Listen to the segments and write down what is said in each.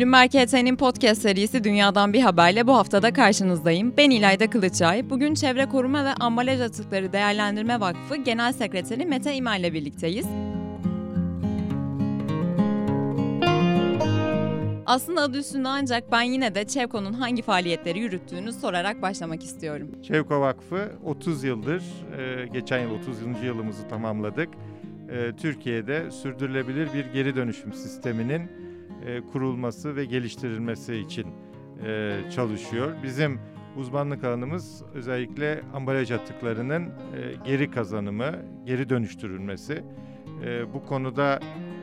Bloomberg HT'nin podcast serisi Dünyadan Bir Haber'le bu haftada karşınızdayım. Ben İlayda Kılıçay. Bugün Çevre Koruma ve Ambalaj Atıkları Değerlendirme Vakfı Genel Sekreteri Mete İmer ile birlikteyiz. Aslında adı üstünde, ancak ben yine de ÇEVKO'nun hangi faaliyetleri yürüttüğünü sorarak başlamak istiyorum. ÇEVKO Vakfı 30 yıldır, geçen yıl 30. yılımızı tamamladık. Türkiye'de sürdürülebilir bir geri dönüşüm sisteminin kurulması ve geliştirilmesi için çalışıyor. Bizim uzmanlık alanımız özellikle ambalaj atıklarının geri kazanımı, geri dönüştürülmesi. Bu konuda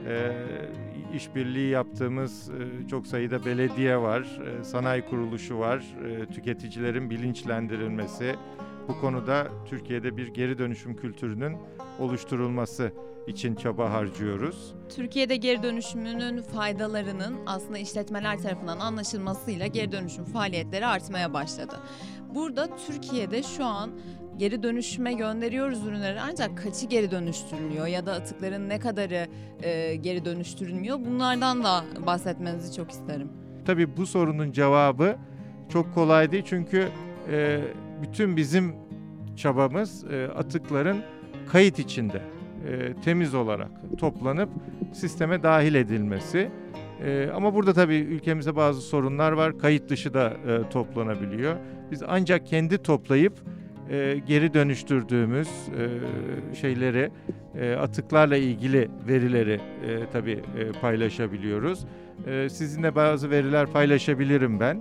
işbirliği yaptığımız çok sayıda belediye var, sanayi kuruluşu var, tüketicilerin bilinçlendirilmesi. Bu konuda Türkiye'de bir geri dönüşüm kültürünün oluşturulması için çaba harcıyoruz. Türkiye'de geri dönüşümünün faydalarının aslında işletmeler tarafından anlaşılmasıyla geri dönüşüm faaliyetleri artmaya başladı. Burada Türkiye'de şu an geri dönüşüme gönderiyoruz ürünleri, ancak kaçı geri dönüştürülüyor ya da atıkların ne kadarı geri dönüştürülmüyor? Bunlardan da bahsetmenizi çok isterim. Tabii bu sorunun cevabı çok kolay değil, çünkü bütün bizim çabamız atıkların kayıt içinde, temiz olarak toplanıp sisteme dahil edilmesi. Ama burada tabii ülkemizde bazı sorunlar var. Kayıt dışı da toplanabiliyor. Biz ancak kendi toplayıp geri dönüştürdüğümüz şeyleri, atıklarla ilgili verileri tabii paylaşabiliyoruz. Sizinle bazı veriler paylaşabilirim ben.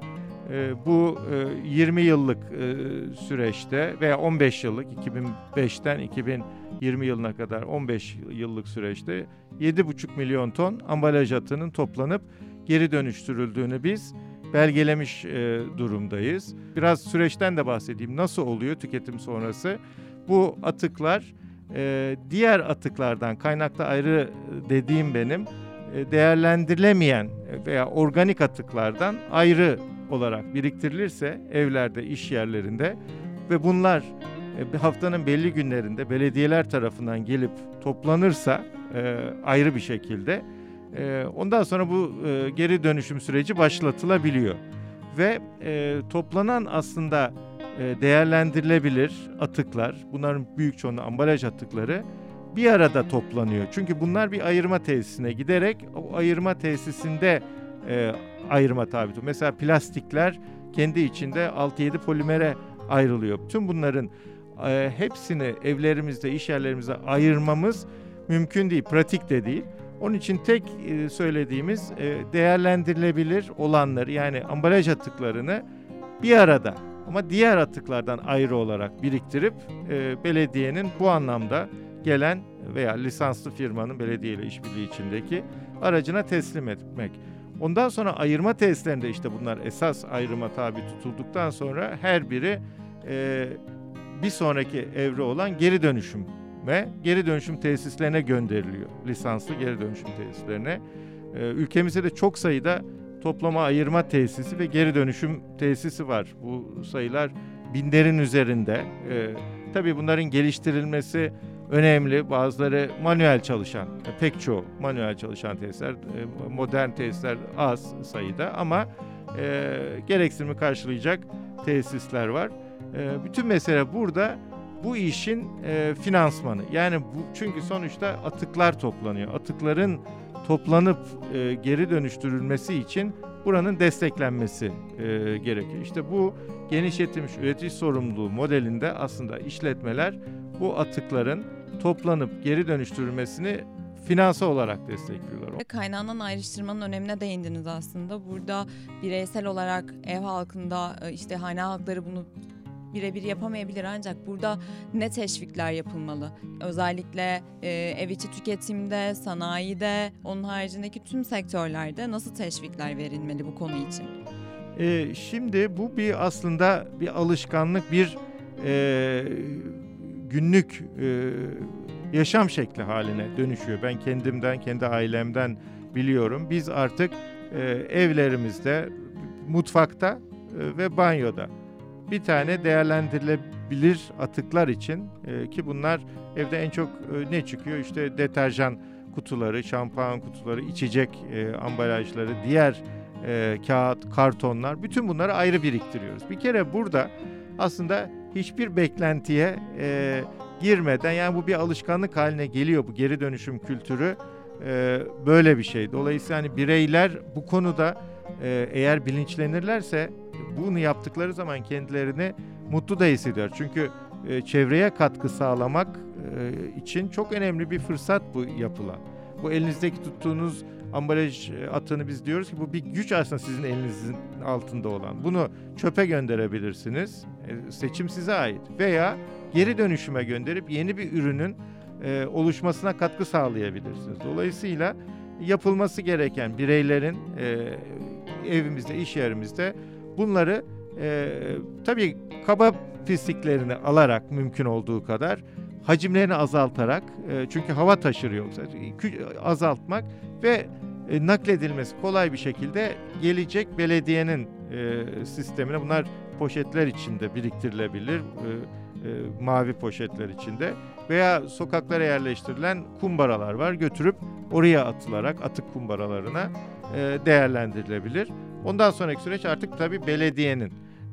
Bu 20 yıllık süreçte veya 15 yıllık, 2005'ten 2020 yılına kadar 15 yıllık süreçte 7,5 milyon ton ambalaj atığının toplanıp geri dönüştürüldüğünü biz belgelemiş durumdayız. Biraz süreçten de bahsedeyim. Nasıl oluyor tüketim sonrası? Bu atıklar diğer atıklardan, kaynakta ayrı dediğim benim, değerlendirilemeyen veya organik atıklardan ayrı olarak biriktirilirse evlerde, iş yerlerinde ve bunlar haftanın belli günlerinde belediyeler tarafından gelip toplanırsa ayrı bir şekilde, ondan sonra bu geri dönüşüm süreci başlatılabiliyor. Ve toplanan aslında değerlendirilebilir atıklar, bunların büyük çoğunluğu ambalaj atıkları bir arada toplanıyor. Çünkü bunlar bir ayırma tesisine giderek o ayırma tesisinde ayrıma tabi tutuluyor. Mesela plastikler kendi içinde 6-7 polimere ayrılıyor. Tüm bunların hepsini evlerimizde, iş yerlerimizde ayırmamız mümkün değil, pratik de değil. Onun için tek söylediğimiz değerlendirilebilir olanları, yani ambalaj atıklarını bir arada ama diğer atıklardan ayrı olarak biriktirip belediyenin bu anlamda gelen veya lisanslı firmanın belediye ile işbirliği içindeki aracına teslim etmek. Ondan sonra ayırma tesislerinde işte bunlar esas ayrıma tabi tutulduktan sonra her biri bir sonraki evre olan geri dönüşüm tesislerine gönderiliyor. Lisanslı geri dönüşüm tesislerine. Ülkemizde de çok sayıda toplama ayırma tesisi ve geri dönüşüm tesisi var. Bu sayılar binlerin üzerinde. Tabii bunların geliştirilmesi önemli. Bazıları manuel çalışan, pek çoğu manuel çalışan tesisler, modern tesisler az sayıda ama gereksinimi karşılayacak tesisler var. Bütün mesele burada bu işin finansmanı. Yani çünkü sonuçta atıklar toplanıyor. Atıkların toplanıp geri dönüştürülmesi için buranın desteklenmesi gerekiyor. İşte bu genişletilmiş üretici sorumluluğu modelinde aslında işletmeler bu atıkların toplanıp geri dönüştürülmesini finansal olarak destekliyorlar. Kaynağından ayrıştırmanın önemine değindiniz aslında. Burada bireysel olarak ev halkında, işte hane halkları bunu birebir yapamayabilir, ancak burada ne teşvikler yapılmalı? Özellikle ev içi tüketimde, sanayide, onun haricindeki tüm sektörlerde nasıl teşvikler verilmeli bu konu için? Şimdi bu aslında bir alışkanlık, bir günlük yaşam şekli haline dönüşüyor. Ben kendimden, kendi ailemden biliyorum. Biz artık evlerimizde, mutfakta ve banyoda bir tane değerlendirilebilir atıklar için ki bunlar evde en çok ne çıkıyor? İşte deterjan kutuları, şampuan kutuları, içecek ambalajları, diğer kağıt, kartonlar, bütün bunları ayrı biriktiriyoruz. Bir kere burada aslında hiçbir beklentiye girmeden, yani bu bir alışkanlık haline geliyor, bu geri dönüşüm kültürü böyle bir şey. Dolayısıyla hani bireyler bu konuda eğer bilinçlenirlerse bunu yaptıkları zaman kendilerini mutlu da hissediyor. Çünkü çevreye katkı sağlamak için çok önemli bir fırsat bu yapılan. Bu elinizdeki tuttuğunuz ambalaj atığını biz diyoruz ki bu bir güç aslında sizin elinizin altında olan. Bunu çöpe gönderebilirsiniz. Seçim size ait. Veya geri dönüşüme gönderip yeni bir ürünün oluşmasına katkı sağlayabilirsiniz. Dolayısıyla yapılması gereken bireylerin evimizde, iş yerimizde bunları tabii kaba pisliklerini alarak mümkün olduğu kadar hacimlerini azaltarak, çünkü hava taşırıyor, azaltmak ve nakledilmesi kolay bir şekilde gelecek belediyenin sistemine, bunlar poşetler içinde biriktirilebilir, mavi poşetler içinde veya sokaklara yerleştirilen kumbaralar var, götürüp oraya atılarak atık kumbaralarına değerlendirilebilir. Ondan sonraki süreç artık tabii belediyenin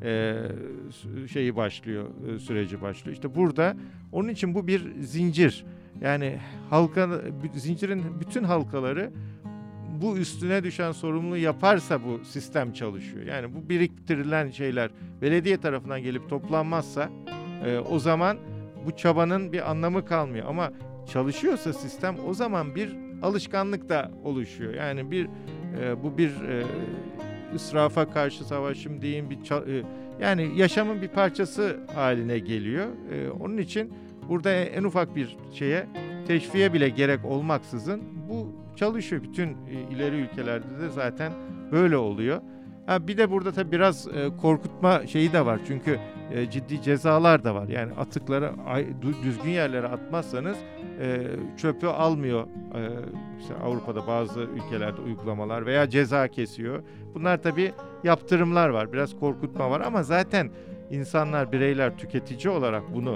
süreci başlıyor. İşte burada onun için bu bir zincir. Yani zincirin bütün halkaları bu üstüne düşen sorumluluğu yaparsa bu sistem çalışıyor. Yani bu biriktirilen şeyler belediye tarafından gelip toplanmazsa o zaman bu çabanın bir anlamı kalmıyor. Ama çalışıyorsa sistem, o zaman bir alışkanlık da oluşuyor. Yani bu bir israfa karşı savaşım diyeyim, yani yaşamın bir parçası haline geliyor. Onun için burada en ufak bir şeye teşviğe bile gerek olmaksızın bu çalışıyor. Bütün ileri ülkelerde de zaten böyle oluyor. Bir de burada tabii biraz korkutma şeyi de var. Çünkü ciddi cezalar da var. Yani atıkları düzgün yerlere atmazsanız çöpü almıyor. İşte Avrupa'da bazı ülkelerde uygulamalar veya ceza kesiyor. Bunlar tabii yaptırımlar var. Biraz korkutma var ama zaten insanlar, bireyler tüketici olarak bunu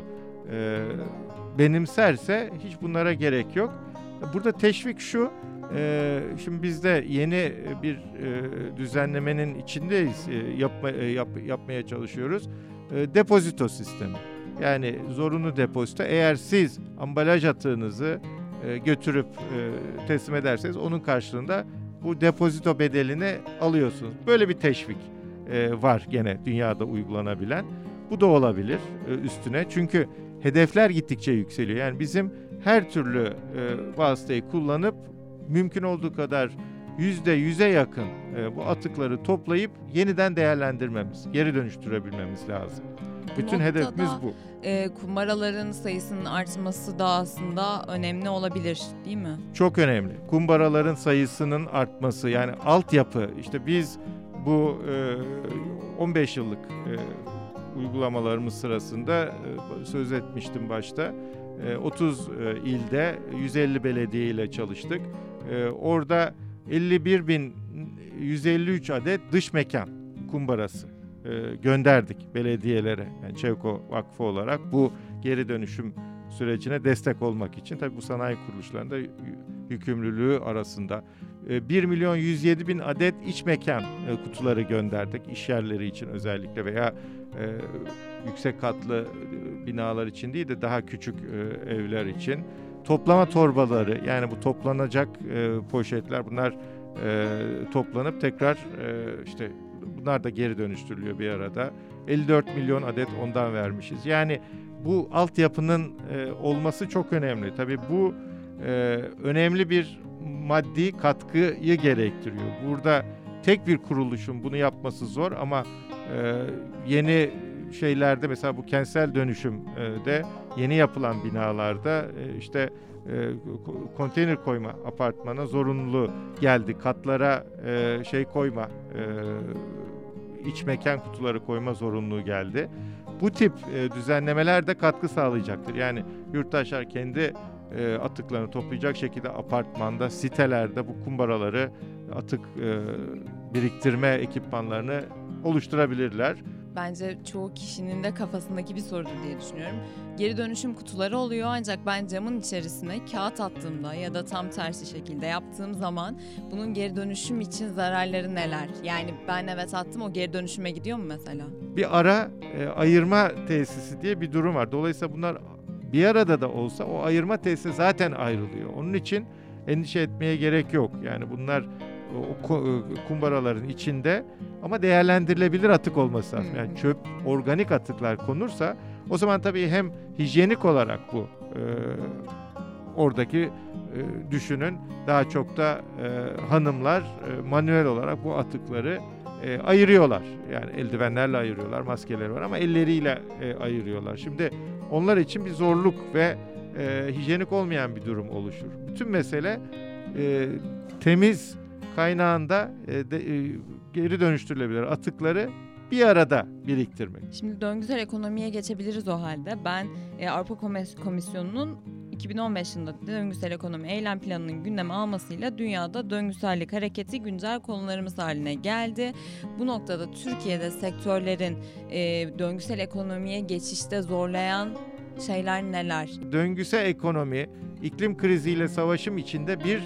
benimserse hiç bunlara gerek yok. Burada teşvik şu. Şimdi biz de yeni bir düzenlemenin içindeyiz, yapmaya çalışıyoruz. Depozito sistemi. Yani zorunlu depozito. Eğer siz ambalaj atığınızı götürüp teslim ederseniz onun karşılığında bu depozito bedelini alıyorsunuz. Böyle bir teşvik var gene dünyada uygulanabilen. Bu da olabilir üstüne. Çünkü hedefler gittikçe yükseliyor. Yani bizim her türlü vasıtayı kullanıp mümkün olduğu kadar %100'e yakın bu atıkları toplayıp yeniden değerlendirmemiz, geri dönüştürebilmemiz lazım. Bütün hedefimiz bu. Kumbaraların sayısının artması da aslında önemli olabilir, değil mi? Çok önemli. Kumbaraların sayısının artması, yani altyapı, işte biz bu 15 yıllık uygulamalarımız sırasında söz etmiştim başta. 30 ilde 150 belediye ile çalıştık. Orada 51.153 adet dış mekan kumbarası gönderdik belediyelere. Yani Çevko Vakfı olarak bu geri dönüşüm sürecine destek olmak için. Tabii bu sanayi kuruluşlarında yükümlülüğü arasında. 1.107.000 adet iç mekan kutuları gönderdik. İş yerleri için özellikle veya yüksek katlı binalar için değil de daha küçük evler için. Toplama torbaları, yani bu toplanacak poşetler, bunlar toplanıp tekrar işte bunlar da geri dönüştürülüyor bir arada. 54 milyon adet ondan vermişiz. Yani bu altyapının olması çok önemli. Tabii bu önemli bir maddi katkıyı gerektiriyor. Burada tek bir kuruluşun bunu yapması zor ama yeni şeylerde, mesela bu kentsel dönüşümde yeni yapılan binalarda işte konteyner koyma apartmana zorunluluğu geldi. Katlara koyma, iç mekan kutuları koyma zorunluluğu geldi. Bu tip düzenlemeler de katkı sağlayacaktır. Yani yurttaşlar kendi atıklarını toplayacak şekilde apartmanda, sitelerde bu kumbaraları, atık biriktirme ekipmanlarını oluşturabilirler. bence çoğu kişinin de kafasındaki bir sorudur diye düşünüyorum. Geri dönüşüm kutuları oluyor ancak ben camın içerisine kağıt attığımda ya da tam tersi şekilde yaptığım zaman bunun geri dönüşüm için zararları neler? Yani ben evet attım, o geri dönüşüme gidiyor mu mesela? Bir ara ayırma tesisi diye bir durum var. Dolayısıyla bunlar bir arada da olsa o ayırma tesisi zaten ayrılıyor. Onun için endişe etmeye gerek yok. Yani bunlar o kumbaraların içinde ama değerlendirilebilir atık olması lazım. Yani çöp, organik atıklar konursa o zaman tabii hem hijyenik olarak bu oradaki düşünün daha çok da hanımlar manuel olarak bu atıkları ayırıyorlar. Yani eldivenlerle ayırıyorlar, maskeleri var ama elleriyle ayırıyorlar. Şimdi onlar için bir zorluk ve hijyenik olmayan bir durum oluşur. Bütün mesele temiz kaynağında geri dönüştürülebilir atıkları bir arada biriktirmek. Şimdi döngüsel ekonomiye geçebiliriz o halde. Ben Avrupa Komisyonu'nun 2015 yılında döngüsel ekonomi eylem planının gündeme almasıyla dünyada döngüsellik hareketi güncel konularımız haline geldi. Bu noktada Türkiye'de sektörlerin döngüsel ekonomiye geçişte zorlayan şeyler neler? Döngüsel ekonomi iklim kriziyle savaşım içinde bir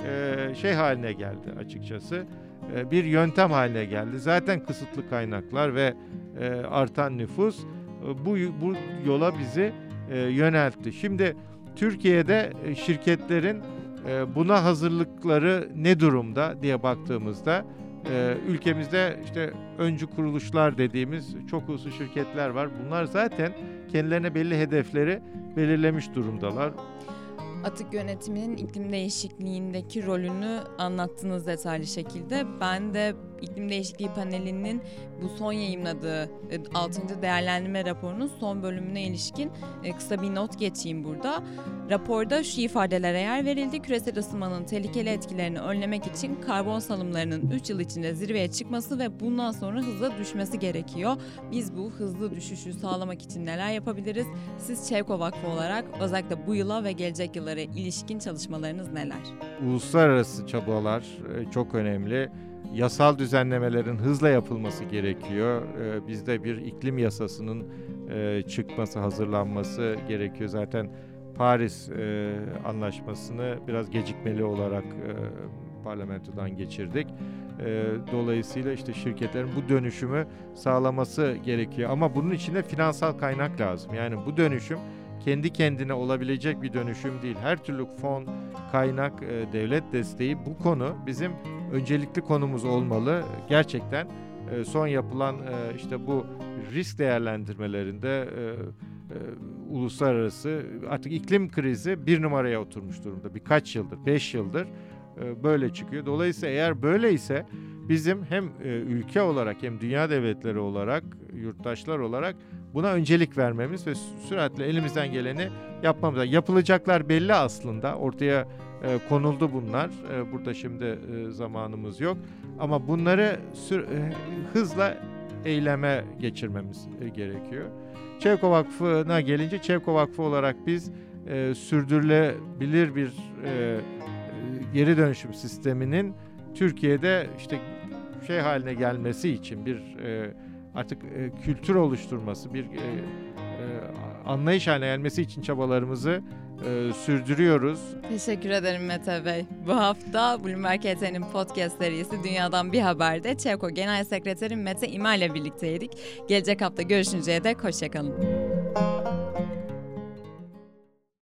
şey haline geldi açıkçası. Bir yöntem haline geldi. Zaten kısıtlı kaynaklar ve artan nüfus bu yola bizi yöneltti. Şimdi Türkiye'de şirketlerin buna hazırlıkları ne durumda diye baktığımızda ülkemizde işte öncü kuruluşlar dediğimiz çok uluslu şirketler var. Bunlar zaten kendilerine belli hedefleri belirlemiş durumdalar. Atık yönetiminin iklim değişikliğindeki rolünü anlattınız detaylı şekilde. Ben de iklim değişikliği panelinin bu son yayımladığı 6. değerlendirme raporunun son bölümüne ilişkin kısa bir not geçeyim burada. Raporda şu ifadelere yer verildi. Küresel ısınmanın tehlikeli etkilerini önlemek için karbon salımlarının 3 yıl içinde zirveye çıkması ve bundan sonra hızla düşmesi gerekiyor. Biz bu hızlı düşüşü sağlamak için neler yapabiliriz? Siz Çevko Vakfı olarak özellikle bu yıla ve gelecek yıllara ilişkin çalışmalarınız neler? Uluslararası çabalar çok önemli. Yasal düzenlemelerin hızla yapılması gerekiyor. Bizde bir iklim yasasının çıkması, hazırlanması gerekiyor. Zaten Paris Anlaşması'nı biraz gecikmeli olarak parlamentodan geçirdik. Dolayısıyla işte şirketlerin bu dönüşümü sağlaması gerekiyor. Ama bunun için de finansal kaynak lazım. Yani bu dönüşüm kendi kendine olabilecek bir dönüşüm değil. Her türlü fon, kaynak, devlet desteği, bu konu bizim öncelikli konumuz olmalı. Gerçekten son yapılan işte bu risk değerlendirmelerinde uluslararası artık iklim krizi bir numaraya oturmuş durumda. Birkaç yıldır, 5 yıldır böyle çıkıyor. Dolayısıyla eğer böyleyse bizim hem ülke olarak hem dünya devletleri olarak, yurttaşlar olarak buna öncelik vermemiz ve süratle elimizden geleni yapmamız lazım. Yapılacaklar belli aslında. Ortaya konuldu bunlar. Burada şimdi zamanımız yok. Ama bunları hızla eyleme geçirmemiz gerekiyor. Çevko Vakfı'na gelince, Çevko Vakfı olarak biz sürdürülebilir bir geri dönüşüm sisteminin Türkiye'de işte şey haline gelmesi için bir artık kültür oluşturması, bir anlayış haline gelmesi için çabalarımızı sürdürüyoruz. Teşekkür ederim Mete Bey. Bu hafta Bloomberg HT'nin podcast serisi Dünyadan Bir Haber'de Çevko Genel Sekreteri Mete İma ile birlikteydik. Gelecek hafta görüşünceye dek hoşça kalın.